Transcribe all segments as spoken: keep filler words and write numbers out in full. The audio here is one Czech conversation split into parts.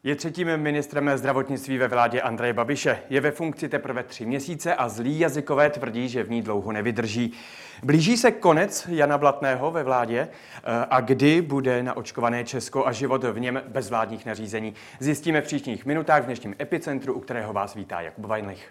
Je třetím ministrem zdravotnictví ve vládě Andreje Babiše. Je ve funkci teprve tři měsíce a zlí jazykové tvrdí, že v ní dlouho nevydrží. Blíží se konec Jana Blatného ve vládě a kdy bude naočkované Česko a život v něm bez vládních nařízení. Zjistíme v příštích minutách v dnešním epicentru, u kterého vás vítá Jakub Vajnlich.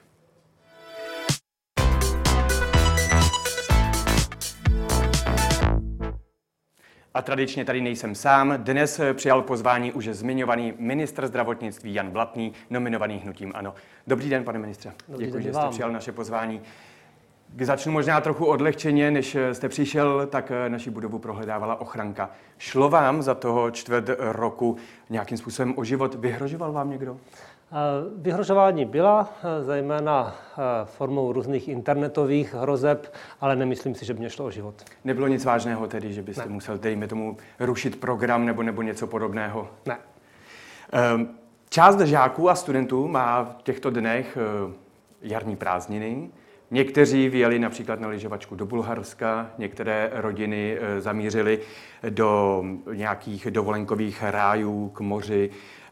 A tradičně tady nejsem sám. Dnes přijal pozvání už zmiňovaný ministr zdravotnictví Jan Blatný, nominovaný hnutím ANO. Dobrý den, pane ministře. Dobrý Děkuji, den, že jste vám. přijal naše pozvání. Začnu možná trochu odlehčeně, než jste přišel, tak naši budovu prohledávala ochranka. Šlo vám za toho čtvrt roku nějakým způsobem o život? Vyhrožoval vám někdo? Vyhrožování byla, zejména formou různých internetových hrozeb, ale nemyslím si, že by mě šlo o život. Nebylo nic vážného tedy, že byste ne. musel, dejme tomu, rušit program nebo, nebo něco podobného? Ne. Část žáků a studentů má v těchto dnech jarní prázdniny. Někteří vyjeli například na lyžovačku do Bulharska, některé rodiny zamířily do nějakých dovolenkových rájů k moři.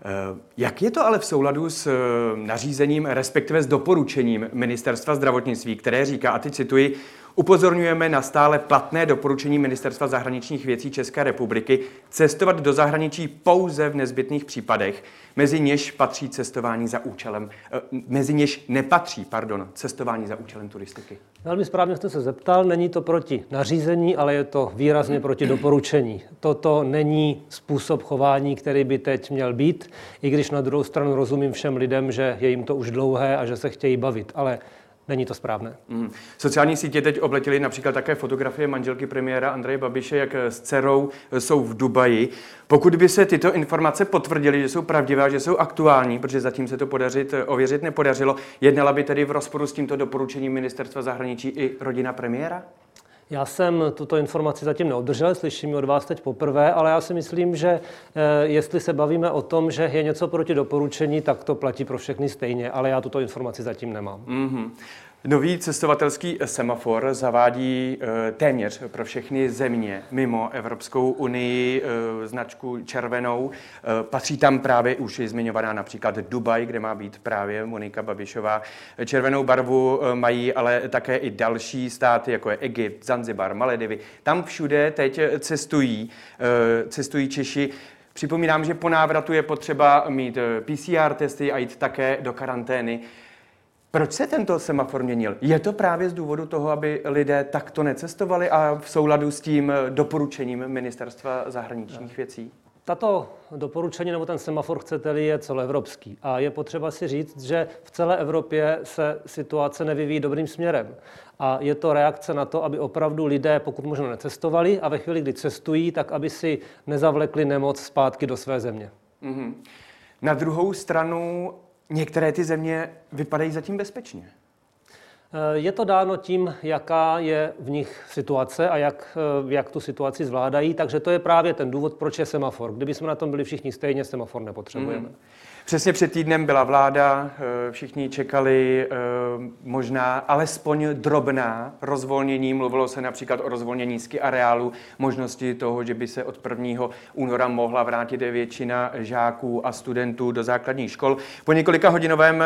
Jak je to ale v souladu s nařízením, respektive s doporučením Ministerstva zdravotnictví, které říká, a teď cituji, upozorňujeme na stále platné doporučení Ministerstva zahraničních věcí České republiky cestovat do zahraničí pouze v nezbytných případech, mezi něž patří cestování za účelem, mezi něž nepatří, pardon, cestování za účelem turistiky. Velmi správně jste se zeptal, není to proti nařízení, ale je to výrazně proti doporučení. Toto není způsob chování, který by teď měl být, i když na druhou stranu rozumím všem lidem, že je jim to už dlouhé a že se chtějí bavit, ale není to správné. Mm. Sociální sítě teď obletěly například také fotografie manželky premiéra Andreje Babiše, jak s dcerou jsou v Dubaji. Pokud by se tyto informace potvrdily, že jsou pravdivé, že jsou aktuální, protože zatím se to podařit, ověřit nepodařilo, jednala by tedy v rozporu s tímto doporučením Ministerstva zahraničí i rodina premiéra? Já jsem tuto informaci zatím neobdržel, slyším ji od vás teď poprvé, ale já si myslím, že jestli se bavíme o tom, že je něco proti doporučení, tak to platí pro všechny stejně, ale já tuto informaci zatím nemám. Mm-hmm. Nový cestovatelský semafor zavádí e, téměř pro všechny země mimo Evropskou unii e, značku červenou. E, patří tam právě už zmiňovaná například Dubaj, kde má být právě Monika Babišová. Červenou barvu e, mají ale také i další státy, jako je Egypt, Zanzibar, Maledivy. Tam všude teď cestují, e, cestují Češi. Připomínám, že po návratu je potřeba mít P C R testy a jít také do karantény. Proč se tento semafor měnil? Je to právě z důvodu toho, aby lidé takto necestovali a v souladu s tím doporučením Ministerstva zahraničních věcí? Tato doporučení nebo ten semafor, chcete-li, je celoevropský. A je potřeba si říct, že v celé Evropě se situace nevyvíjí dobrým směrem. A je to reakce na to, aby opravdu lidé pokud možno necestovali a ve chvíli, kdy cestují, tak aby si nezavlekli nemoc zpátky do své země. Mm-hmm. Na druhou stranu některé ty země vypadají zatím bezpečně. Je to dáno tím, jaká je v nich situace a jak, jak tu situaci zvládají, takže to je právě ten důvod, proč je semafor. Kdyby jsme na tom byli všichni stejně, semafor nepotřebujeme. Mm. Přesně před týdnem byla vláda, všichni čekali možná alespoň drobná rozvolnění. Mluvilo se například o rozvolnění ski areálu, možnosti toho, že by se od prvního února mohla vrátit většina žáků a studentů do základních škol. Po několika hodinovém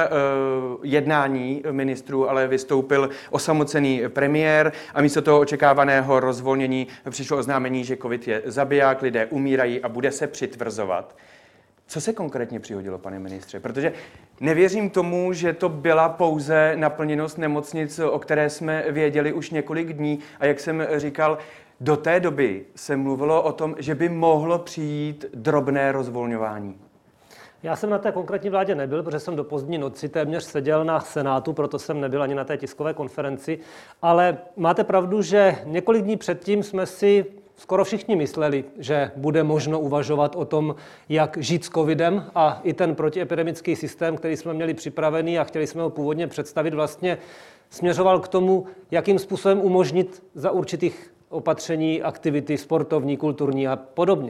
jednání ministrů ale vystoupil osamocený premiér a místo toho očekávaného rozvolnění přišlo oznámení, že covid je zabiják, lidé umírají a bude se přitvrzovat. Co se konkrétně přihodilo, pane ministře? Protože nevěřím tomu, že to byla pouze naplněnost nemocnic, o které jsme věděli už několik dní. A jak jsem říkal, do té doby se mluvilo o tom, že by mohlo přijít drobné rozvolňování. Já jsem na té konkrétní vládě nebyl, protože jsem do pozdní noci téměř seděl na Senátu, proto jsem nebyl ani na té tiskové konferenci. Ale máte pravdu, že několik dní předtím jsme si skoro všichni mysleli, že bude možno uvažovat o tom, jak žít s covidem, a i ten protiepidemický systém, který jsme měli připravený a chtěli jsme ho původně představit, vlastně směřoval k tomu, jakým způsobem umožnit za určitých opatření aktivity sportovní, kulturní a podobně.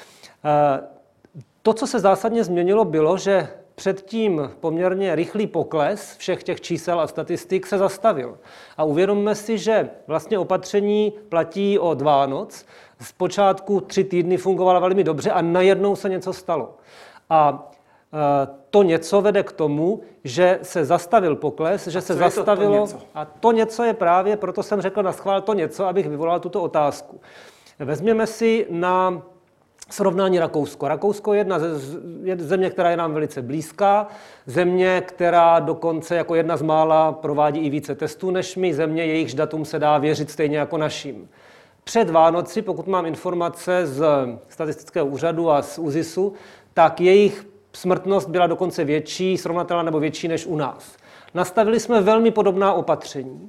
To, co se zásadně změnilo, bylo, že předtím poměrně rychlý pokles všech těch čísel a statistik se zastavil. A uvědomme si, že vlastně opatření platí od Vánoc. Zpočátku tři týdny fungovala velmi dobře a najednou se něco stalo. A to něco vede k tomu, že se zastavil pokles, že se zastavilo... To, to něco? A to něco je právě, proto jsem řekl naschvál to něco, abych vyvolal tuto otázku. Vezměme si na srovnání Rakousko. Rakousko je jedna ze, je země, která je nám velice blízká, země, která dokonce jako jedna z mála provádí i více testů než my, země, jejichž datum se dá věřit stejně jako naším. Před Vánoci, pokud mám informace z statistického úřadu a z ÚZISu, tak jejich smrtnost byla dokonce větší, srovnatelná nebo větší než u nás. Nastavili jsme velmi podobná opatření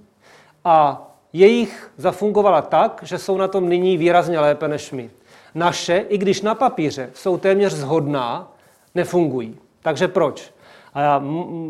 a jejich zafungovala tak, že jsou na tom nyní výrazně lépe než my. Naše, i když na papíře jsou téměř shodná, nefungují. Takže proč? A já,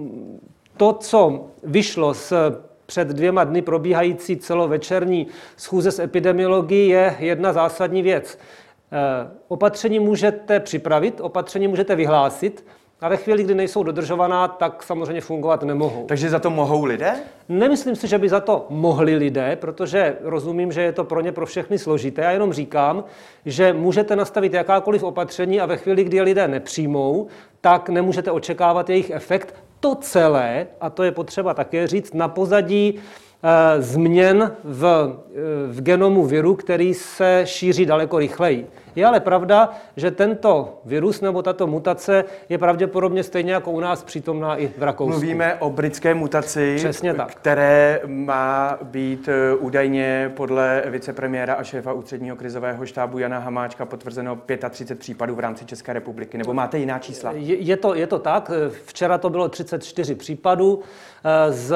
to, co vyšlo z před dvěma dny probíhající celovečerní schůze s epidemiologií, je jedna zásadní věc. Opatření můžete připravit, opatření můžete vyhlásit, a ve chvíli, kdy nejsou dodržovaná, tak samozřejmě fungovat nemohou. Takže za to mohou lidé? Nemyslím si, že by za to mohli lidé, protože rozumím, že je to pro ně pro všechny složité. Já jenom říkám, že můžete nastavit jakákoliv opatření a ve chvíli, kdy je lidé nepřijmou, tak nemůžete očekávat jejich efekt. To celé, a to je potřeba také říct, na pozadí e, změn v, e, v genomu viru, který se šíří daleko rychleji. Je ale pravda, že tento virus nebo tato mutace je pravděpodobně stejně jako u nás přítomná i v Rakousku. Mluvíme o britské mutaci, přesně tak, které má být údajně podle vicepremiéra a šéfa ústředního krizového štábu Jana Hamáčka potvrzeno třicet pět případů v rámci České republiky. Nebo máte jiná čísla? Je, je, to, je to tak. Včera to bylo třicet čtyři případů z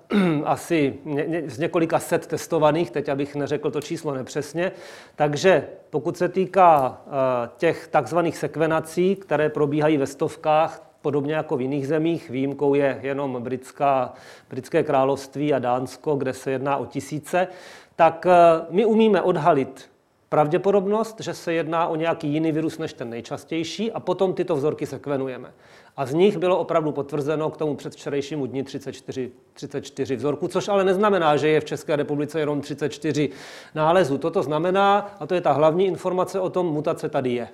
asi ně, z několika set testovaných, teď abych neřekl to číslo nepřesně. Takže pokud se týká těch takzvaných sekvenací, které probíhají ve stovkách, podobně jako v jiných zemích, výjimkou je jenom britská, britské království a Dánsko, kde se jedná o tisíce, tak my umíme odhalit pravděpodobnost, že se jedná o nějaký jiný virus než ten nejčastější a potom tyto vzorky sekvenujeme. A z nich bylo opravdu potvrzeno k tomu předvčerejšímu dni třicet čtyři, třicet čtyři vzorků, což ale neznamená, že je v České republice jenom třicet čtyři nálezů. Toto znamená, a to je ta hlavní informace o tom, mutace tady je.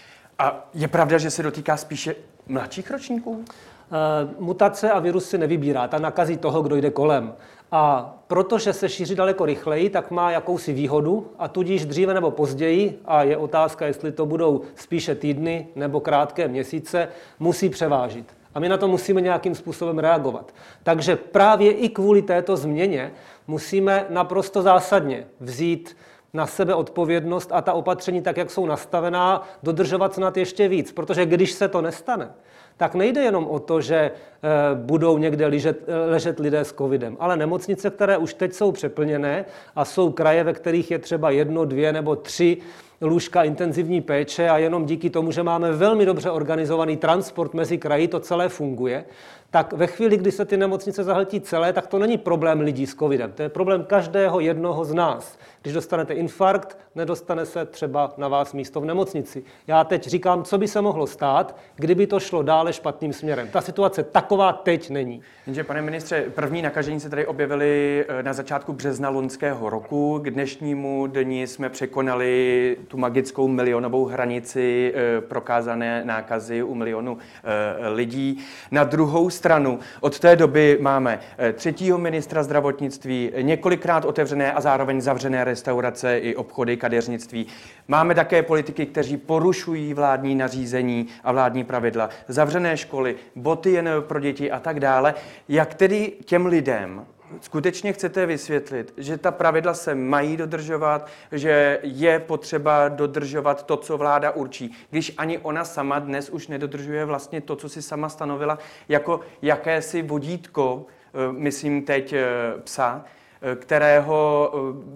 A je pravda, že se dotýká spíše mladších ročníků? E, mutace a virus si nevybírá, ta nakazí toho, kdo jde kolem. A protože se šíří daleko rychleji, tak má jakousi výhodu a tudíž dříve nebo později, a je otázka, jestli to budou spíše týdny nebo krátké měsíce, musí převážit. A my na to musíme nějakým způsobem reagovat. Takže právě i kvůli této změně musíme naprosto zásadně vzít na sebe odpovědnost a ta opatření, tak jak jsou nastavená, dodržovat snad ještě víc. Protože když se to nestane, tak nejde jenom o to, že e, budou někde ležet, ležet lidé s covidem, ale nemocnice, které už teď jsou přeplněné a jsou kraje, ve kterých je třeba jedno, dvě nebo tři lůžka intenzivní péče a jenom díky tomu, že máme velmi dobře organizovaný transport mezi kraji, to celé funguje, tak ve chvíli, kdy se ty nemocnice zahltí celé, tak to není problém lidí s covidem, to je problém každého jednoho z nás. Když dostanete infarkt, nedostane se třeba na vás místo v nemocnici. Já teď říkám, co by se mohlo stát, kdyby to šlo dále špatným směrem. Ta situace taková teď není. Jenže, pane ministře, první nakažení se tady objevily na začátku března loňského roku. K dnešnímu dni jsme překonali tu magickou milionovou hranici prokázané nákazy u milionu lidí. Na druhou stranu od té doby máme třetího ministra zdravotnictví, několikrát otevřené a zároveň zavřené restaurace i obchody, kadeřnictví. Máme také politiky, kteří porušují vládní nařízení a vládní pravidla, zavřené školy, boty jen pro děti a tak dále. Jak tedy těm lidem skutečně chcete vysvětlit, že ta pravidla se mají dodržovat, že je potřeba dodržovat to, co vláda určí, když ani ona sama dnes už nedodržuje vlastně to, co si sama stanovila jako jakési vodítko, myslím teď psa, kterého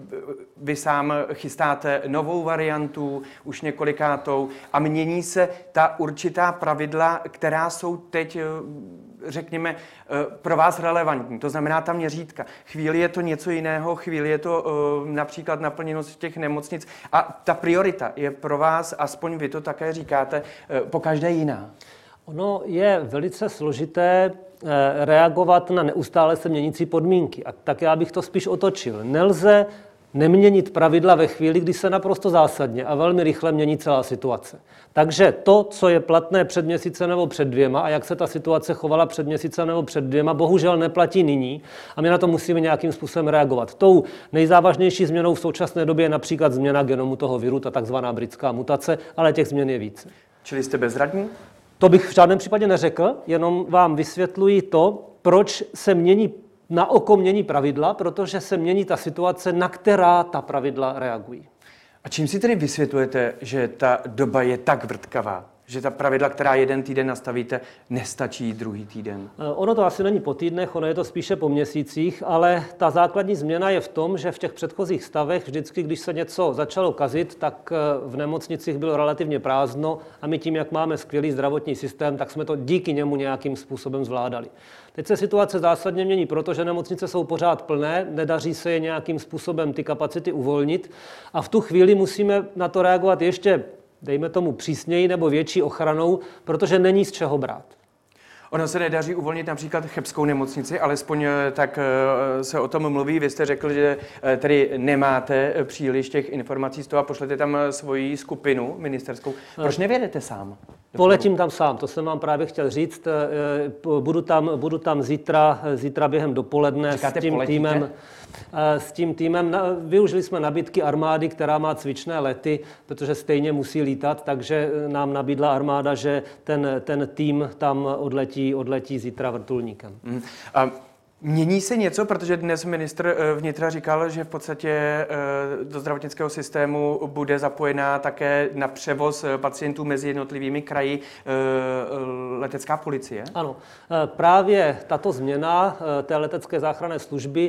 vy sám chystáte novou variantu, už několikátou, a mění se ta určitá pravidla, která jsou teď, řekněme, pro vás relevantní. To znamená ta měřítka. Chvíli je to něco jiného, chvíli je to například naplněnost těch nemocnic a ta priorita je pro vás, aspoň vy to také říkáte, pokaždé jiná. Ono je velice složité reagovat na neustále se měnící podmínky. A tak já bych to spíš otočil. Nelze neměnit pravidla ve chvíli, kdy se naprosto zásadně a velmi rychle mění celá situace. Takže to, co je platné před měsícem nebo před dvěma a jak se ta situace chovala před měsícem nebo před dvěma, bohužel neplatí nyní a my na to musíme nějakým způsobem reagovat. Tou nejzávažnější změnou v současné době je například změna genomu toho viru, ta takzvaná britská mutace, ale těch změn je více. Čili jste bezradní? To bych v žádném případě neřekl, jenom vám vysvětluji to, proč se mění na oko mění pravidla, protože se mění ta situace, na která ta pravidla reagují. A čím si tedy vysvětlujete, že ta doba je tak vrtkavá? Že ta pravidla, která jeden týden nastavíte, nestačí druhý týden? Ono to asi není po týdnech, ono je to spíše po měsících, ale ta základní změna je v tom, že v těch předchozích stavech vždycky, když se něco začalo kazit, tak v nemocnicích bylo relativně prázdno a my tím, jak máme skvělý zdravotní systém, tak jsme to díky němu nějakým způsobem zvládali. Teď se situace zásadně mění, protože nemocnice jsou pořád plné, nedaří se je nějakým způsobem ty kapacity uvolnit a v tu chvíli musíme na to reagovat ještě, dejme tomu, přísněji nebo větší ochranou, protože není z čeho brát. Ono se nedaří uvolnit například chebskou nemocnici, alespoň tak se o tom mluví. Vy jste řekl, že tedy nemáte příliš těch informací z toho a pošlete tam svoji skupinu ministerskou. Proč nevědete sám? Poletím tam sám, to jsem vám právě chtěl říct. Budu tam, budu tam zítra, zítra během dopoledne. Říkáte, s tím poletíte? týmem. S tím týmem využili jsme nabídky armády, která má cvičné lety, protože stejně musí lítat, takže nám nabídla armáda, že ten, ten tým tam odletí, odletí zítra vrtulníkem. Mm. A mění se něco, protože dnes ministr vnitra říkal, že v podstatě do zdravotnického systému bude zapojená také na převoz pacientů mezi jednotlivými kraji letecká policie? Ano, právě tato změna té letecké záchranné služby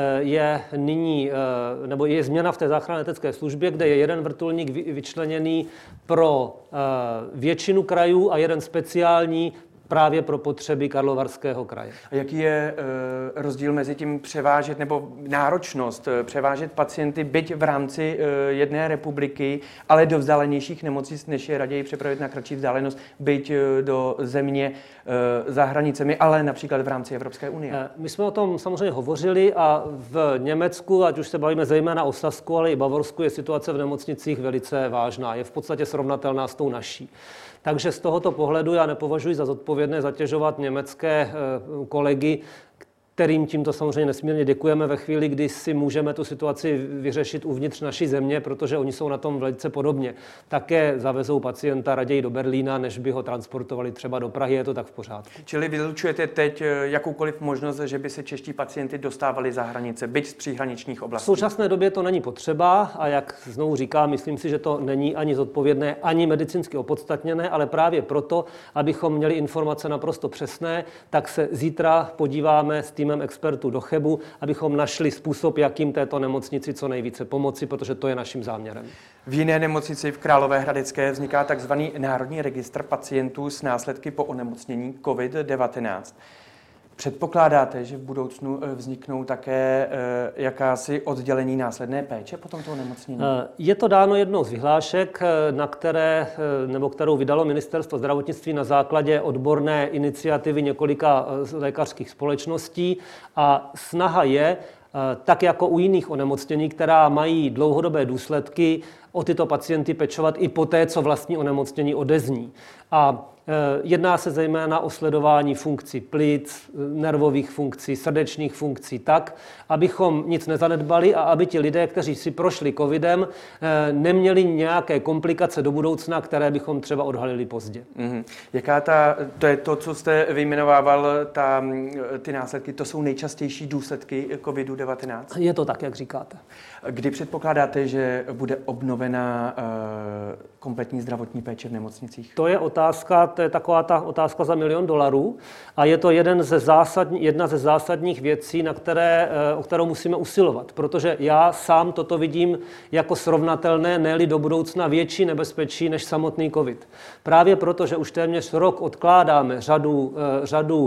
je nyní, nebo je změna v té záchranné letecké službě, kde je jeden vrtulník vyčleněný pro většinu krajů a jeden speciální právě pro potřeby Karlovarského kraje. A jaký je e, rozdíl mezi tím převážet, nebo náročnost e, převážet pacienty, byť v rámci e, jedné republiky, ale do vzdálenějších nemocnic, než je raději přepravit na kratší vzdálenost, byť e, do země e, za hranicemi, ale například v rámci Evropské unie? My jsme o tom samozřejmě hovořili a v Německu, ať už se bavíme zejména o Sasku, ale i Bavorsku, je situace v nemocnicích velice vážná. Je v podstatě srovnatelná s tou naší. Takže z tohoto pohledu já nepovažuji za zodpovědné zatěžovat německé kolegy, kterým tímto samozřejmě nesmírně děkujeme ve chvíli, kdy si můžeme tu situaci vyřešit uvnitř naší země, protože oni jsou na tom velice podobně. Také zavezou pacienta raději do Berlína, než by ho transportovali třeba do Prahy, je to tak v pořádku. Čili vylučujete teď jakoukoliv možnost, že by se čeští pacienti dostávali za hranice, byť z příhraničních oblastí? V současné době to není potřeba a jak znovu říkám, myslím si, že to není ani zodpovědné, ani medicínsky opodstatněné, ale právě proto, abychom měli informace naprosto přesné, tak se zítra podíváme s týmem expertů do Chebu, abychom našli způsob, jakým této nemocnici co nejvíce pomoci, protože to je naším záměrem. V jiné nemocnici v Královéhradecké vzniká takzvaný Národní registr pacientů s následky po onemocnění covid devatenáct. Předpokládáte, že v budoucnu vzniknou také jakási oddělení následné péče po tomto onemocnění? Je to dáno jednou z vyhlášek, na které, nebo kterou vydalo Ministerstvo zdravotnictví na základě odborné iniciativy několika lékařských společností a snaha je, tak jako u jiných onemocnění, která mají dlouhodobé důsledky, o tyto pacienty pečovat i poté, co vlastní onemocnění odezní. A jedná se zejména o sledování funkcí plic, nervových funkcí, srdečních funkcí tak, abychom nic nezanedbali a aby ti lidé, kteří si prošli covidem, neměli nějaké komplikace do budoucna, které bychom třeba odhalili pozdě. Mm-hmm. Jaká ta, to je to, co jste vyjmenovával, ta, ty následky, to jsou nejčastější důsledky covid devatenáct? Je to tak, jak říkáte. Kdy předpokládáte, že bude obnovena uh, kompletní zdravotní péče v nemocnicích? To je otázka, to je taková ta otázka za milion dolarů a je to jeden ze zásadní, jedna ze zásadních věcí, na které, o kterou musíme usilovat, protože já sám toto vidím jako srovnatelné, ne-li do budoucna větší nebezpečí než samotný covid. Právě proto, že už téměř rok odkládáme řadu, řadu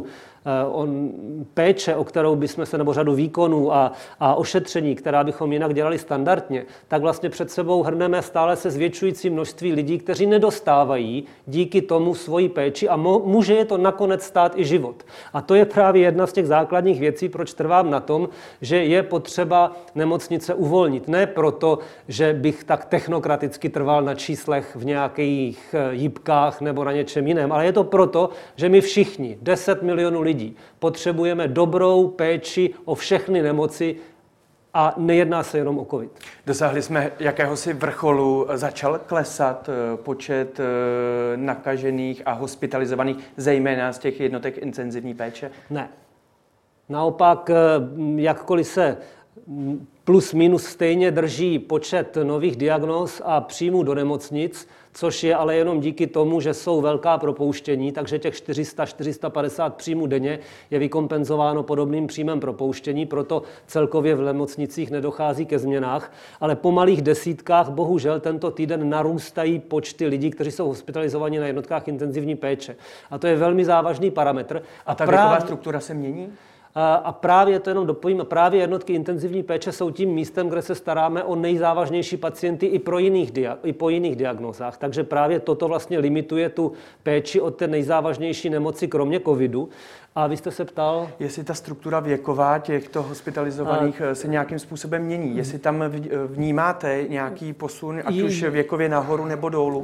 on, péče, o kterou bychom se, nebo řadu výkonů a, a ošetření, která bychom jinak dělali standardně, tak vlastně před sebou hrneme stále se zvětšující množství lidí, kteří nedostávají díky tomu svoji péči a mo, může je to nakonec stát i život. A to je právě jedna z těch základních věcí, proč trvám na tom, že je potřeba nemocnice uvolnit. Ne proto, že bych tak technokraticky trval na číslech v nějakých jipkách nebo na něčem jiném, ale je to proto, že my všichni, deset milionů lidí, potřebujeme dobrou péči o všechny nemoci a nejedná se jenom o covid. Dosáhli jsme jakéhosi vrcholu, začal klesat počet nakažených a hospitalizovaných, zejména z těch jednotek intenzivní péče? Ne. Naopak, jakkoliv se plus minus stejně drží počet nových diagnóz a příjmů do nemocnic, což je ale jenom díky tomu, že jsou velká propouštění, takže těch čtyři sta až čtyři sta padesát příjmů denně je vykompenzováno podobným příjmem propouštění, proto celkově v nemocnicích nedochází ke změnách, ale po malých desítkách bohužel tento týden narůstají počty lidí, kteří jsou hospitalizovaní na jednotkách intenzivní péče. A to je velmi závažný parametr. A ta věková právě... struktura se mění? A právě, to jenom dopovím, právě jednotky intenzivní péče jsou tím místem, kde se staráme o nejzávažnější pacienty i, pro jiných, i po jiných diagnózách. Takže právě toto vlastně limituje tu péči od té nejzávažnější nemoci, kromě covidu. A vy jste se ptal... Jestli ta struktura věková těchto hospitalizovaných a... se nějakým způsobem mění. Jestli tam vnímáte nějaký posun, ať už věkově nahoru nebo dolů?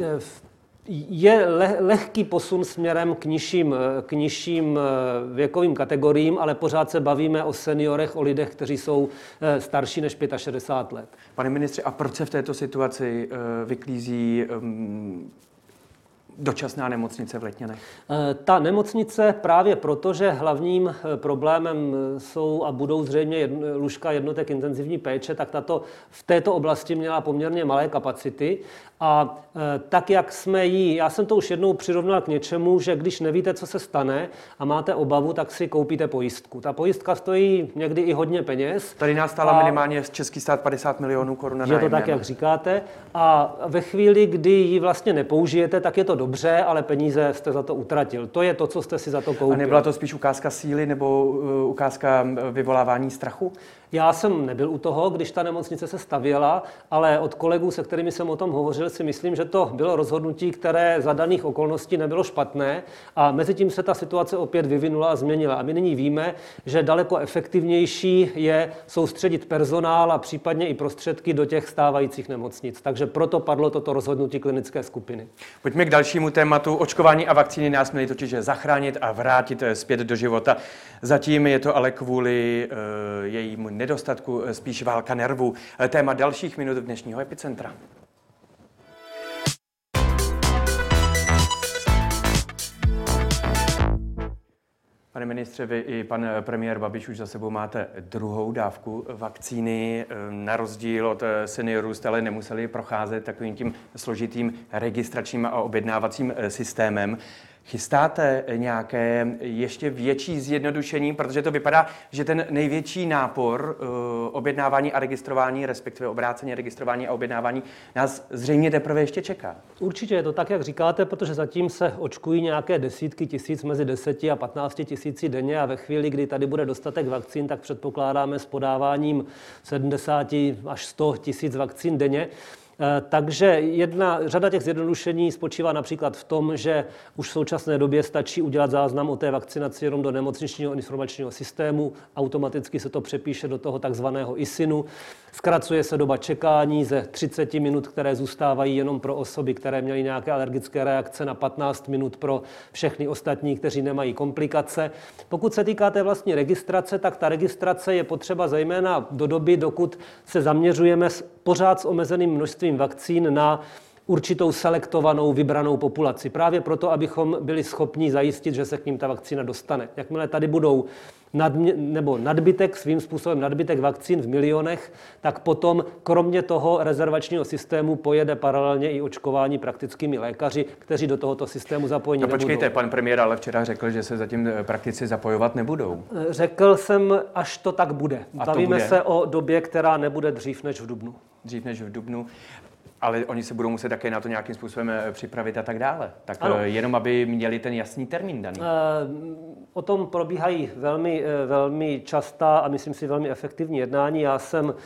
Je le, lehký posun směrem k nižším, k nižším věkovým kategoriím, ale pořád se bavíme o seniorech, o lidech, kteří jsou starší než šedesát pět let. Pane ministře, a proč se v této situaci vyklízí um, dočasná nemocnice v Letňanech? Ta nemocnice právě proto, že hlavním problémem jsou a budou zřejmě jedno, lůžka jednotek intenzivní péče, tak tato v této oblasti měla poměrně malé kapacity. A tak, jak jsme jí, já jsem to už jednou přirovnal k něčemu, že když nevíte, co se stane a máte obavu, tak si koupíte pojistku. Ta pojistka stojí někdy i hodně peněz. Tady nás stála minimálně český stát padesát milionů korun na nájemné. Je to tak, jak říkáte. A ve chvíli, kdy ji vlastně nepoužijete, tak je to dobře, ale peníze jste za to utratil. To je to, co jste si za to koupil. A nebyla to spíš ukázka síly nebo ukázka vyvolávání strachu? Já jsem nebyl u toho, když ta nemocnice se stavěla, ale od kolegů, se kterými jsem o tom hovořil, si myslím, že to bylo rozhodnutí, které za daných okolností nebylo špatné a mezi tím se ta situace opět vyvinula a změnila. A my nyní víme, že daleko efektivnější je soustředit personál a případně i prostředky do těch stávajících nemocnic. Takže proto padlo toto rozhodnutí klinické skupiny. Pojďme k dalšímu tématu. Očkování a vakcíny nás měly totiž zachránit a vrátit zpět do života. Zatím je to ale kvůli uh, jejímu nedostatku spíš válka nervů. Téma dalších minut dnešního Epicentra. Pane ministře, vy i pan premiér Babiš už za sebou máte druhou dávku vakcíny. Na rozdíl od seniorů jste ale nemuseli procházet takovým tím složitým registračním a objednávacím systémem. Chystáte nějaké ještě větší zjednodušení, protože to vypadá, že ten největší nápor uh, objednávání a registrování, respektive obráceně registrování a objednávání, nás zřejmě teprve ještě čeká. Určitě je to tak, jak říkáte, protože zatím se očkují nějaké desítky tisíc, mezi deseti a patnácti tisíci denně a ve chvíli, kdy tady bude dostatek vakcín, tak předpokládáme s podáváním sedmdesát až sto tisíc vakcín denně. Takže jedna řada těch zjednodušení spočívá například v tom, že už v současné době stačí udělat záznam o té vakcinaci jenom do nemocničního informačního systému, automaticky se to přepíše do toho takzvaného I S I N u, zkracuje se doba čekání ze třicet minut, které zůstávají jenom pro osoby, které měly nějaké alergické reakce, na patnáct minut pro všechny ostatní, kteří nemají komplikace. Pokud se týká té vlastní registrace, tak ta registrace je potřeba zejména do doby, dokud se zaměřujeme pořád s omezeným množstvím vakcín na určitou selektovanou, vybranou populaci. Právě proto, abychom byli schopni zajistit, že se k ním ta vakcína dostane. Jakmile tady budou nadmě, nebo nadbytek, svým způsobem nadbytek vakcín v milionech, tak potom kromě toho rezervačního systému pojede paralelně i očkování praktickými lékaři, kteří do tohoto systému zapojení no, nebudou. Počkejte, pan premiér ale včera řekl, že se zatím praktici zapojovat nebudou. Řekl jsem, až to tak bude. A Bavíme bude? se o době, která nebude dřív než v dubnu. Dřív než v dubnu. Ale oni se budou muset také na to nějakým způsobem připravit a tak dále. Tak ano. jenom, aby měli ten jasný termín daný. O tom probíhají velmi, velmi častá a myslím si velmi efektivní jednání. Já jsem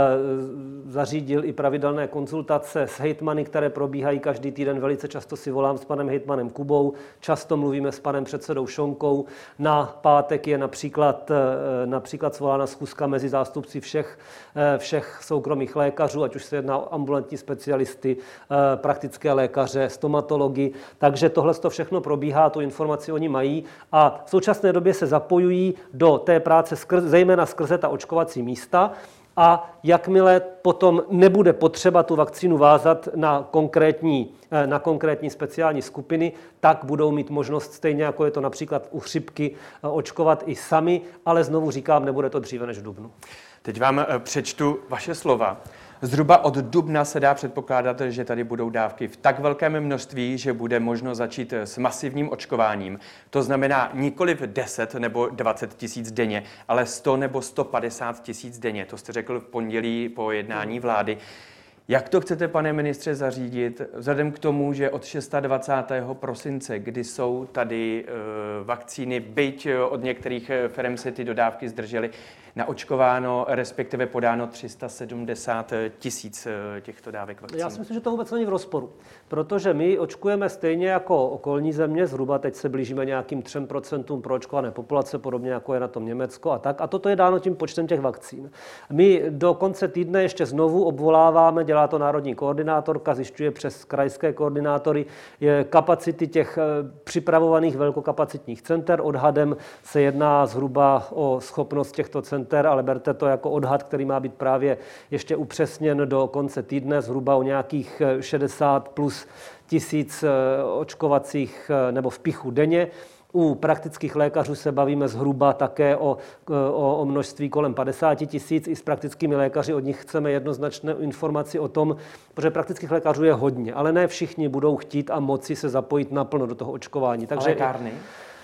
zařídil i pravidelné konzultace s hejtmany, které probíhají každý týden. Velice často si volám s panem hejtmanem Kubou, často mluvíme s panem předsedou Šonkou. Na pátek je například, například svolána schůzka mezi zástupci všech, všech soukromých lékařů, ať už se jedná o ambulantní specialisty, praktické lékaře, stomatology. Takže tohle to všechno probíhá, tu informaci oni mají a v současné době se zapojují do té práce skrze, zejména skrze ta očkovací místa. A jakmile potom nebude potřeba tu vakcínu vázat na konkrétní, na konkrétní speciální skupiny, tak budou mít možnost, stejně jako je to například u chřipky, očkovat i sami, ale znovu říkám, nebude to dříve než v dubnu. Teď vám přečtu vaše slova. Zhruba od dubna se dá předpokládat, že tady budou dávky v tak velkém množství, že bude možno začít s masivním očkováním. To znamená nikoliv deset nebo dvacet tisíc denně, ale sto nebo sto padesát tisíc denně. To jste řekl v pondělí po jednání vlády. Jak to chcete, pane ministře, zařídit, vzhledem k tomu, že od dvacátého šestého prosince, kdy jsou tady e, vakcíny, byť od některých firm se ty dodávky zdržely, naočkováno, respektive podáno tři sta sedmdesát tisíc těchto dávek vakcín? Já si myslím, že to vůbec není v rozporu, protože my očkujeme stejně jako okolní země, zhruba teď se blížíme nějakým třem procentům proočkované populace, podobně jako je na tom Německo a tak. A toto je dáno tím počtem těch vakcín. My do konce týdne ještě znovu obvoláváme, dělá to národní koordinátorka, zjišťuje přes krajské koordinátory kapacity těch připravovaných velkokapacitních center. Odhadem se jedná zhruba o schopnost těchto center, ale berte to jako odhad, který má být právě ještě upřesněn do konce týdne, zhruba o nějakých šedesát plus tisíc očkovacích nebo vpichů denně. U praktických lékařů se bavíme zhruba také o, o, o množství kolem padesát tisíc. I s praktickými lékaři od nich chceme jednoznačné informaci o tom, protože praktických lékařů je hodně, ale ne všichni budou chtít a moci se zapojit naplno do toho očkování. Takže lékárny?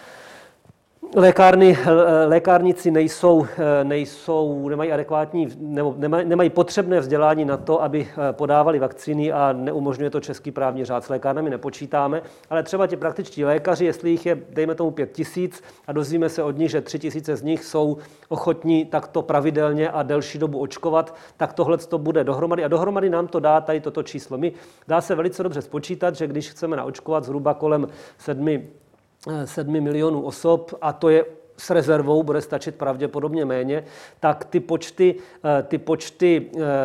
Lékárny, lékárníci nejsou, nejsou, nemají adekvátní, nebo nemají, nemají potřebné vzdělání na to, aby podávali vakcíny a neumožňuje to český právní řád. S lékárnami nepočítáme, ale třeba ti praktičtí lékaři, jestli jich je, dejme tomu pět tisíc a dozvíme se od nich, že tři tisíce z nich jsou ochotní takto pravidelně a delší dobu očkovat, tak tohle to bude dohromady a dohromady nám to dá tady toto číslo. My dá se velice dobře spočítat, že když chceme naočkovat zhruba kolem sedmi sedmi milionů osob, a to je s rezervou, bude stačit pravděpodobně méně, tak ty počty, ty počty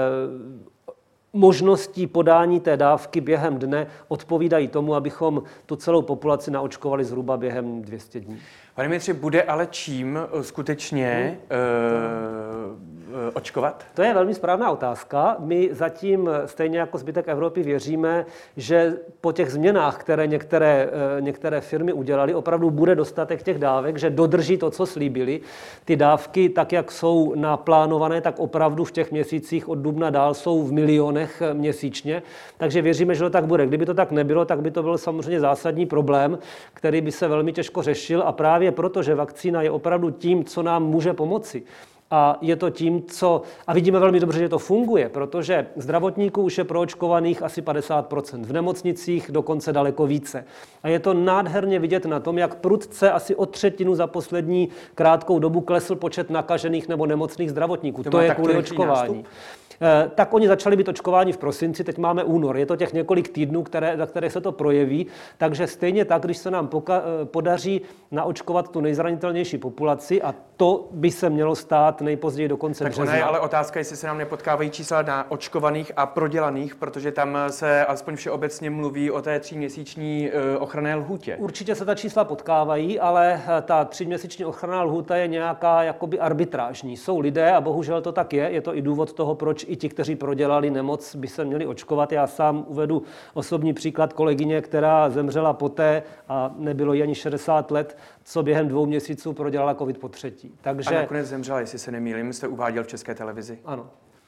možností podání té dávky během dne odpovídají tomu, abychom tu celou populaci naočkovali zhruba během dvě stě dní. Pane ministře, bude ale čím skutečně hmm. e, očkovat? To je velmi správná otázka. My zatím, stejně jako zbytek Evropy, věříme, že po těch změnách, které některé, některé firmy udělaly, opravdu bude dostatek těch dávek, že dodrží to, co slíbili. Ty dávky, tak jak jsou naplánované, tak opravdu v těch měsících od dubna dál jsou v milionech měsíčně. Takže věříme, že to tak bude. Kdyby to tak nebylo, tak by to byl samozřejmě zásadní problém, který by se velmi těžko řešil a právě proto, že vakcína je opravdu tím, co nám může pomoci. A je to tím, co... A vidíme velmi dobře, že to funguje, protože zdravotníků už je proočkovaných asi padesát procent, v nemocnicích dokonce daleko více. A je to nádherně vidět na tom, jak prudce asi o třetinu za poslední krátkou dobu klesl počet nakažených nebo nemocných zdravotníků. To, to je kvůli očkování. Nástup? Tak oni začali být očkováni v prosinci, teď máme únor. Je to těch několik týdnů, které, za které se to projeví, takže stejně tak, když se nám poka- podaří naočkovat tu nejzranitelnější populaci, a to by se mělo stát nejpozději do konce března. Tak ona je ale otázka, jestli se nám nepotkávají čísla na očkovaných a prodělaných, protože tam se aspoň všeobecně mluví o té tříměsíční ochranné lhůtě. Určitě se ta čísla potkávají, ale ta tříměsíční ochranná lhůta je nějaká jakoby arbitrážní. Jsou lidé, a bohužel to tak je, je to i důvod toho, proč i ti, kteří prodělali nemoc, by se měli očkovat. Já sám uvedu osobní příklad kolegyně, která zemřela poté, a nebylo jí ani šedesát let, co během dvou měsíců prodělala covid po třetí. Takže... A nakonec zemřela, jestli se nemýlím, jste uváděl v České televizi. Ano.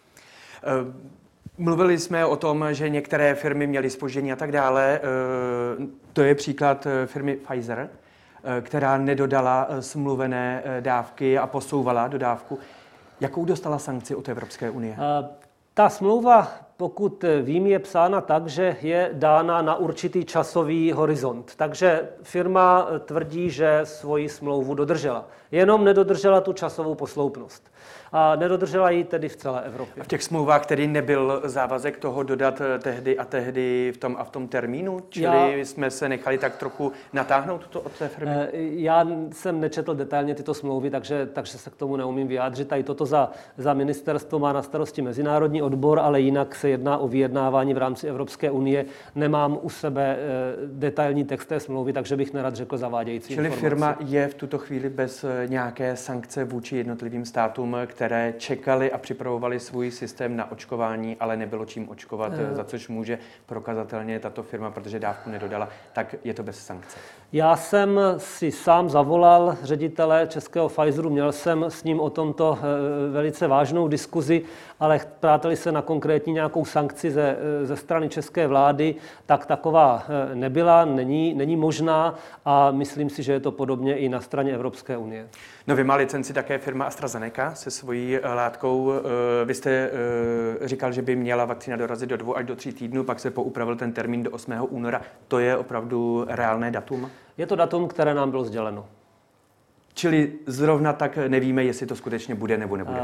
Mluvili jsme o tom, že některé firmy měly zpoždění a tak dále. To je příklad firmy Pfizer, která nedodala smluvené dávky a posouvala dodávku. Jakou dostala sankci od Evropské unie? Ta smlouva pokud vím, je psána tak, že je dána na určitý časový horizont. Takže firma tvrdí, že svoji smlouvu dodržela. Jenom nedodržela tu časovou posloupnost. A nedodržela ji tedy v celé Evropě. A v těch smlouvách tedy nebyl závazek toho dodat tehdy a tehdy v tom a v tom termínu? Čili já, jsme se nechali tak trochu natáhnout to od té firmy? Já jsem nečetl detailně tyto smlouvy, takže, takže se k tomu neumím vyjádřit. A i toto za, za ministerstvo má na starosti mezinárodní odbor, ale jinak se jedná o vyjednávání v rámci Evropské unie. Nemám u sebe detailní text té smlouvy, takže bych nerad řekl zavádějící Čili informace. firma je v tuto chvíli bez nějaké sankce vůči jednotlivým státům, které čekali a připravovali svůj systém na očkování, ale nebylo čím očkovat, uh. za což může prokazatelně tato firma, protože dávku nedodala, tak je to bez sankce. Já jsem si sám zavolal ředitele českého Pfizeru, měl jsem s ním o tomto velice vážnou diskuzi, ale ptáteli se na konkrétní nějakou sankci ze, ze strany české vlády, tak taková nebyla, není, není možná a myslím si, že je to podobně i na straně Evropské unie. No, vy má licenci také firma AstraZeneca se svojí látkou. Vy jste říkal, že by měla vakcína dorazit do dvou až do tří týdnů, pak se poupravil ten termín do osmého února. To je opravdu reálné datum? Je to datum, které nám bylo sděleno. Čili zrovna tak nevíme, jestli to skutečně bude nebo nebude?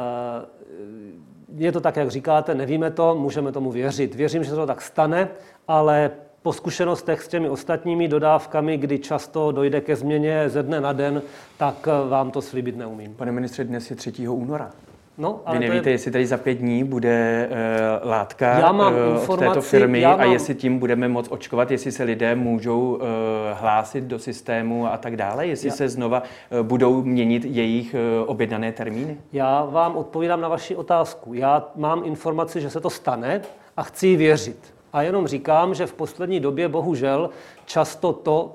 Je to tak, jak říkáte, nevíme to, můžeme tomu věřit. Věřím, že to tak stane, ale po zkušenostech s těmi ostatními dodávkami, kdy často dojde ke změně ze dne na den, tak vám to slíbit neumím. Pane ministře, dnes je třetího února. No, ale vy nevíte, je... jestli tady za pět dní bude uh, látka já mám uh, od této firmy mám... a jestli tím budeme moct očkovat, jestli se lidé můžou uh, hlásit do systému a tak dále, jestli já... se znova uh, budou měnit jejich uh, objednané termíny? Já vám odpovídám na vaši otázku. Já mám informaci, že se to stane a chci jí věřit. A jenom říkám, že v poslední době bohužel často to,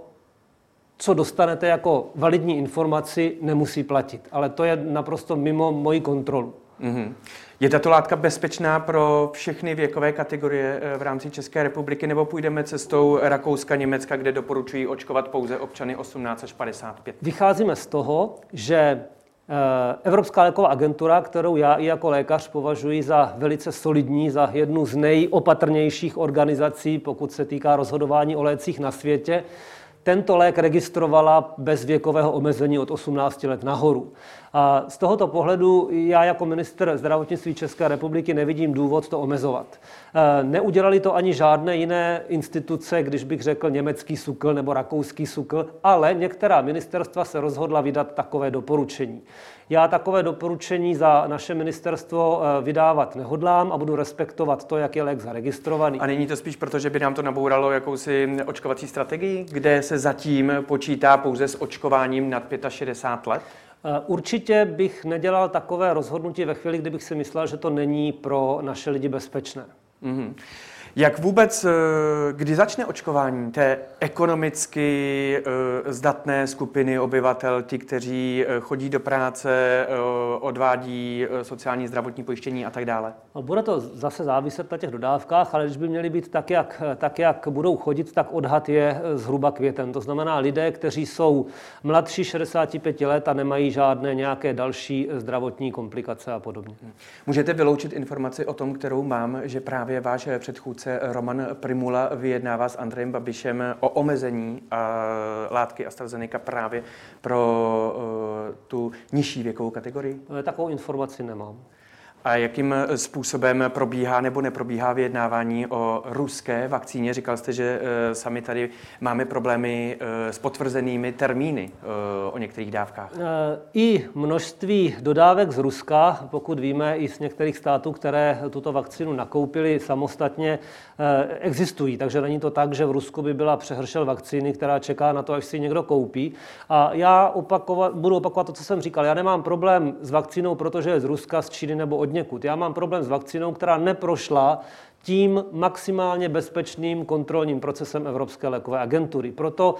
co dostanete jako validní informaci, nemusí platit. Ale to je naprosto mimo moji kontrolu. Mm-hmm. Je tato látka bezpečná pro všechny věkové kategorie v rámci České republiky, nebo půjdeme cestou Rakouska, Německa, kde doporučují očkovat pouze občany osmnáct až padesát pět? Vycházíme z toho, že Evropská léková agentura, kterou já i jako lékař považuji za velice solidní, za jednu z nejopatrnějších organizací, pokud se týká rozhodování o lécích na světě, tento lék registrovala bez věkového omezení od osmnácti let nahoru. A z tohoto pohledu já jako ministr zdravotnictví České republiky nevidím důvod to omezovat. Neudělali to ani žádné jiné instituce, když bych řekl německý SÚKL nebo rakouský SÚKL, ale některá ministerstva se rozhodla vydat takové doporučení. Já takové doporučení za naše ministerstvo vydávat nehodlám a budu respektovat to, jak je lék zaregistrovaný. A není to spíš proto, že by nám to nabouralo jakousi očkovací strategii, kde se zatím počítá pouze s očkováním nad šedesát pět let? Určitě bych nedělal takové rozhodnutí ve chvíli, kdybych si myslel, že to není pro naše lidi bezpečné. Mm-hmm. Jak vůbec, kdy začne očkování té ekonomicky zdatné skupiny obyvatel, ti, kteří chodí do práce, odvádí sociální zdravotní pojištění a tak dále? Bude to zase záviset na těch dodávkách, ale když by měly být tak jak, tak, jak budou chodit, tak odhad je zhruba květen. To znamená lidé, kteří jsou mladší šedesáti pěti let a nemají žádné nějaké další zdravotní komplikace a podobně. Můžete vyloučit informaci o tom, kterou mám, že právě váš předchůdce Roman Prymula vyjednává s Andrejem Babišem o omezení a látky AstraZeneca právě pro uh, tu nižší věkovou kategorii? Takovou informaci nemám. A jakým způsobem probíhá nebo neprobíhá vyjednávání o ruské vakcíně? Říkal jste, že e, sami tady máme problémy e, s potvrzenými termíny e, o některých dávkách. I množství dodávek z Ruska, pokud víme, i z některých států, které tuto vakcínu nakoupili samostatně, e, existují. Takže není to tak, že v Rusku by byla přehršel vakcíny, která čeká na to, až si někdo koupí. A já opakovat, budu opakovat to, co jsem říkal. Já nemám problém s vakcínou, protože je z Ruska, z Číny nebo od někud. Já mám problém s vakcínou, která neprošla tím maximálně bezpečným kontrolním procesem Evropské lékové agentury. Proto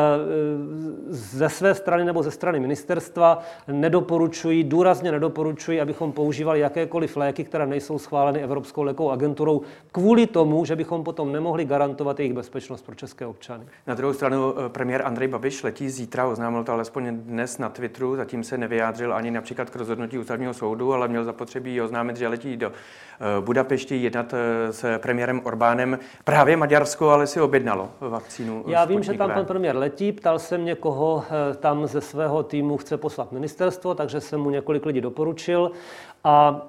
ze své strany nebo ze strany ministerstva nedoporučuji, důrazně nedoporučuji, abychom používali jakékoliv léky, které nejsou schváleny Evropskou lékovou agenturou, kvůli tomu, že bychom potom nemohli garantovat jejich bezpečnost pro české občany. Na druhou stranu premiér Andrej Babiš letí zítra, oznámil to alespoň dnes na Twitteru, zatím se nevyjádřil ani například k rozhodnutí ústavního soudu, ale měl zapotřebí oznámit, že letí do Budapešti jednat s premiérem Orbánem. Právě Maďarsko ale si objednalo vakcínu. Já vím, že tam pan premiér letí, ptal jsem mě, koho tam ze svého týmu chce poslat ministerstvo, takže jsem mu několik lidí doporučil a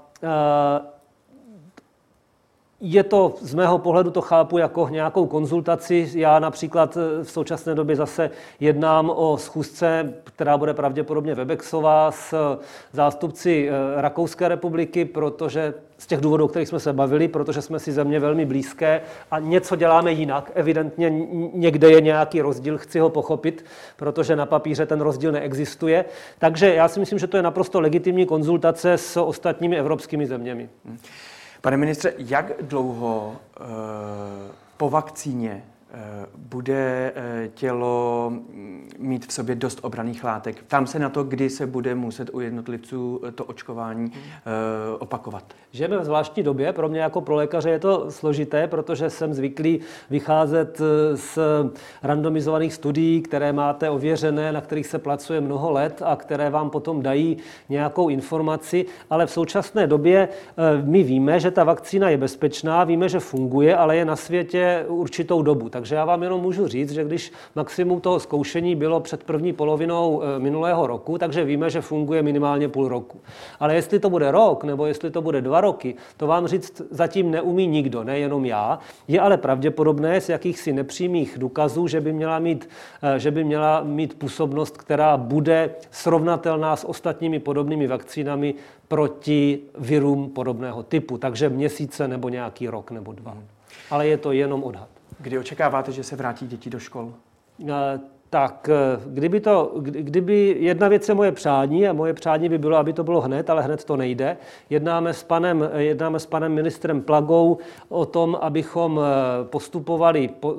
je to, z mého pohledu to chápu jako nějakou konzultaci. Já například v současné době zase jednám o schůzce, která bude pravděpodobně webexová, s zástupci Rakouské republiky, protože z těch důvodů, o kterých jsme se bavili, protože jsme si země velmi blízké a něco děláme jinak. Evidentně někde je nějaký rozdíl, chci ho pochopit, protože na papíře ten rozdíl neexistuje. Takže já si myslím, že to je naprosto legitimní konzultace s ostatními evropskými zeměmi. Hmm. Pane ministře, jak dlouho e, po vakcíně e, bude e, tělo mít v sobě dost obranných látek? Ptám se na to, kdy se bude muset u jednotlivců to očkování e, opakovat. Žijeme v zvláštní době, pro mě jako pro lékaře je to složité, protože jsem zvyklý vycházet z randomizovaných studií, které máte ověřené, na kterých se pracuje mnoho let a které vám potom dají nějakou informaci, ale v současné době my víme, že ta vakcína je bezpečná, víme, že funguje, ale je na světě určitou dobu. Takže já vám jenom můžu říct, že když maximum toho zkoušení bylo před první polovinou minulého roku, takže víme, že funguje minimálně půl roku. Ale jestli to bude rok, nebo jestli to bude dva roky, to vám říct zatím neumí nikdo, nejenom já. Je ale pravděpodobné z jakýchsi nepřímých důkazů, že by měla mít, že by měla mít působnost, která bude srovnatelná s ostatními podobnými vakcínami proti virům podobného typu. Takže měsíce nebo nějaký rok nebo dva. Ale je to jenom odhad. Kdy očekáváte, že se vrátí děti do škol? Tak, kdyby to, kdyby jedna věc je moje přání a moje přání by bylo, aby to bylo hned, ale hned to nejde. Jednáme s panem, jednáme s panem ministrem Plagou o tom, abychom postupovali po,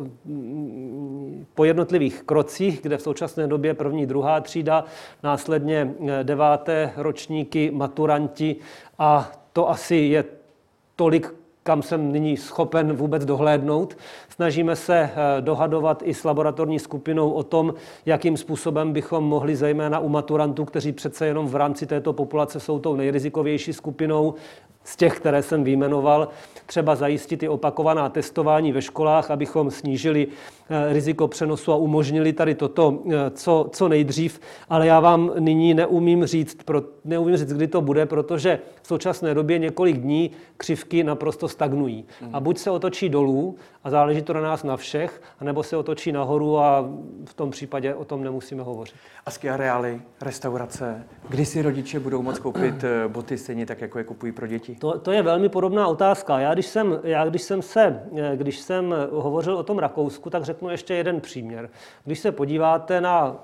po jednotlivých krocích, kde v současné době první, druhá třída, následně deváté ročníky, maturanti a to asi je tolik, kam jsem nyní schopen vůbec dohlédnout. Snažíme se dohadovat i s laboratorní skupinou o tom, jakým způsobem bychom mohli zejména u maturantů, kteří přece jenom v rámci této populace jsou tou nejrizikovější skupinou, z těch, které jsem vyjmenoval, třeba zajistit i opakovaná testování ve školách, abychom snížili riziko přenosu a umožnili tady toto co, co nejdřív. Ale já vám nyní neumím říct, pro, neumím říct, kdy to bude, protože v současné době několik dní křivky naprosto stagnují. A buď se otočí dolů a záleží to na nás na všech, anebo se otočí nahoru a v tom případě o tom nemusíme hovořit. A ski areály, restaurace, kdy si rodiče budou moct koupit boty stejně tak, jako je kupují pro děti? To, to je velmi podobná otázka. Já když, jsem, já když jsem se, když jsem hovořil o tom Rakousku, tak řeknu ještě jeden příměr. Když se podíváte na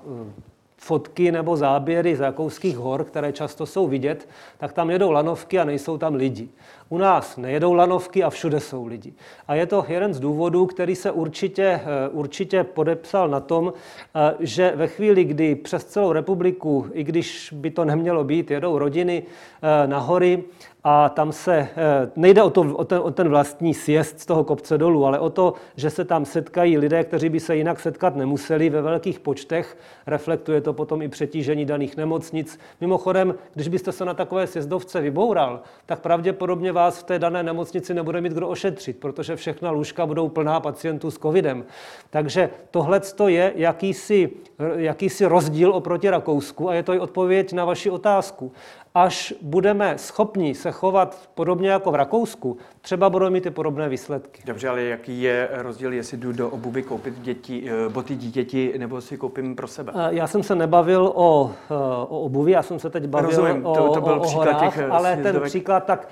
fotky nebo záběry z rakouských hor, které často jsou vidět, tak tam jedou lanovky a nejsou tam lidi. U nás nejedou lanovky a všude jsou lidi. A je to jeden z důvodů, který se určitě, určitě podepsal na tom, že ve chvíli, kdy přes celou republiku, i když by to nemělo být, jedou rodiny na hory, a tam se nejde o, to, o, ten, o ten vlastní sjezd z toho kopce dolů, ale o to, že se tam setkají lidé, kteří by se jinak setkat nemuseli ve velkých počtech. Reflektuje to potom i přetížení daných nemocnic. Mimochodem, když byste se na takové sjezdovce vyboural, tak pravděpodobně vás v té dané nemocnici nebude mít kdo ošetřit, protože všechna lůžka budou plná pacientů s covidem. Takže tohleto je jakýsi, jakýsi rozdíl oproti Rakousku a je to i odpověď na vaši otázku. Až budeme schopni se chovat podobně jako v Rakousku, třeba budou mít i podobné výsledky. Dobře, ale jaký je rozdíl, jestli jdu do obuvi koupit děti, boty dítěti, nebo si koupím pro sebe? Já jsem se nebavil o, o obuvi, já jsem se teď bavil Rozumím, o, to, to byl o, o příklad horách, těch ale ten sjezdovek. příklad tak...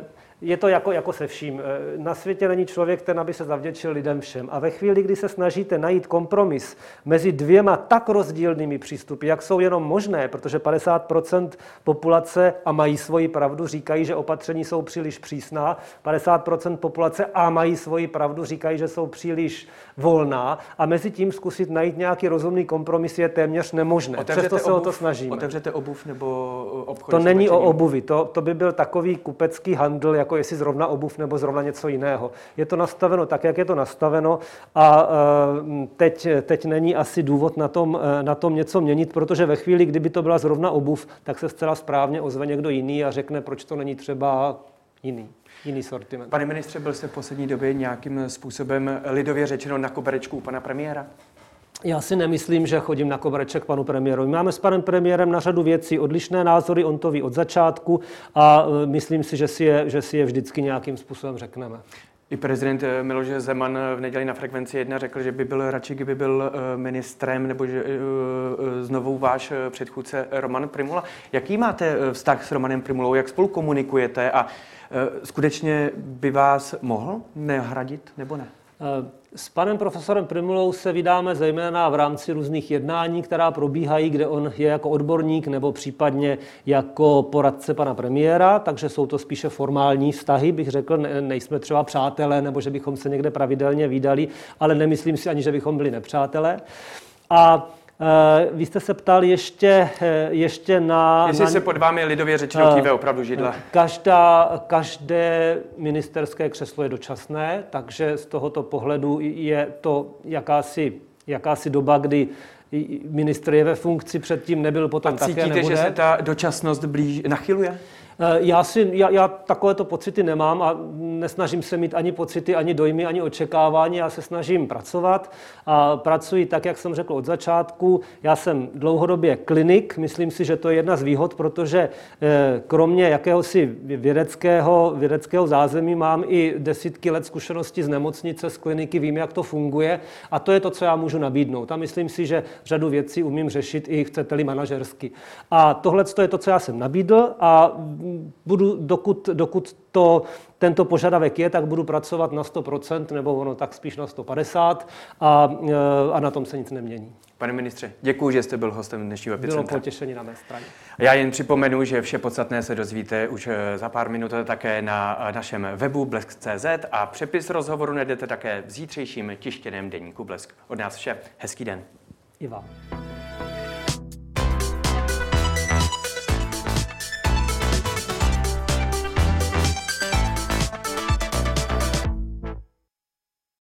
Je to jako, jako se vším. Na světě není člověk, ten aby se zavděčil lidem všem. A ve chvíli, kdy se snažíte najít kompromis mezi dvěma tak rozdílnými přístupy, jak jsou jenom možné, protože padesát procent populace, a mají svoji pravdu, říkají, že opatření jsou příliš přísná, padesát procent populace a mají svoji pravdu, říkají, že jsou příliš volná, a mezi tím zkusit najít nějaký rozumný kompromis je téměř nemožné. Otevřete Přesto se obuv, o to snažíme. Otevřete obuv nebo obchod? To není o obuvi, to, to by byl takový kupecký handl, jako jestli zrovna obuv nebo zrovna něco jiného. Je to nastaveno tak, jak je to nastaveno, a teď, teď není asi důvod na tom, na tom něco měnit, protože ve chvíli, kdyby to byla zrovna obuv, tak se zcela správně ozve někdo jiný a řekne, proč to není třeba jiný, jiný sortiment. Pane ministře, byl jste v poslední době nějakým způsobem lidově řečeno na koberečku u pana premiéra? Já si nemyslím, že chodím na kobereček panu premiérovi. Máme s panem premiérem na řadu věcí odlišné názory, on to ví od začátku a myslím si, že si je, že si je vždycky nějakým způsobem řekneme. I prezident Miloš Zeman v neděli na Frekvenci jedna řekl, že by byl radši, kdyby byl ministrem, nebo že znovu váš předchůdce Roman Prymula. Jaký máte vztah s Romanem Prymulou? Jak spolu komunikujete a skutečně by vás mohl nahradit nebo ne? S panem profesorem Prymulou se vydáme zejména v rámci různých jednání, která probíhají, kde on je jako odborník nebo případně jako poradce pana premiéra, takže jsou to spíše formální vztahy, bych řekl, ne, nejsme třeba přátelé nebo že bychom se někde pravidelně vídali, ale nemyslím si ani, že bychom byli nepřátelé. A vy jste se ptal ještě, ještě na... Jestli na, se pod vámi lidově řečeno kýve opravdu židle. Každá, každé ministerské křeslo je dočasné, takže z tohoto pohledu je to jakási, jakási doba, kdy ministr je ve funkci, předtím nebyl, potom také nebude. A cítíte, že se ta dočasnost blíž nachyluje? Já, si, já, já takovéto pocity nemám a nesnažím se mít ani pocity, ani dojmy, ani očekávání. Já se snažím pracovat a pracuji tak, jak jsem řekl od začátku. Já jsem dlouhodobě klinik, myslím si, že to je jedna z výhod, protože kromě jakéhosi vědeckého, vědeckého zázemí mám i desítky let zkušenosti z nemocnice, z kliniky, vím, jak to funguje a to je to, co já můžu nabídnout. A myslím si, že řadu věcí umím řešit i, chcete-li, manažersky. A tohle je to, co já jsem nabídl a budu, dokud, dokud to, tento požadavek je, tak budu pracovat na sto procent, nebo ono tak spíš na sto padesát a, a na tom se nic nemění. Pane ministře, děkuji, že jste byl hostem dnešního Epicentra. Bylo potěšení na mé straně. Já jen připomenu, že vše podstatné se dozvíte už za pár minut také na našem webu blesk tečka cé zet a přepis rozhovoru najdete také v zítřejším tištěném deníku Blesk. Od nás vše, hezký den. I vám.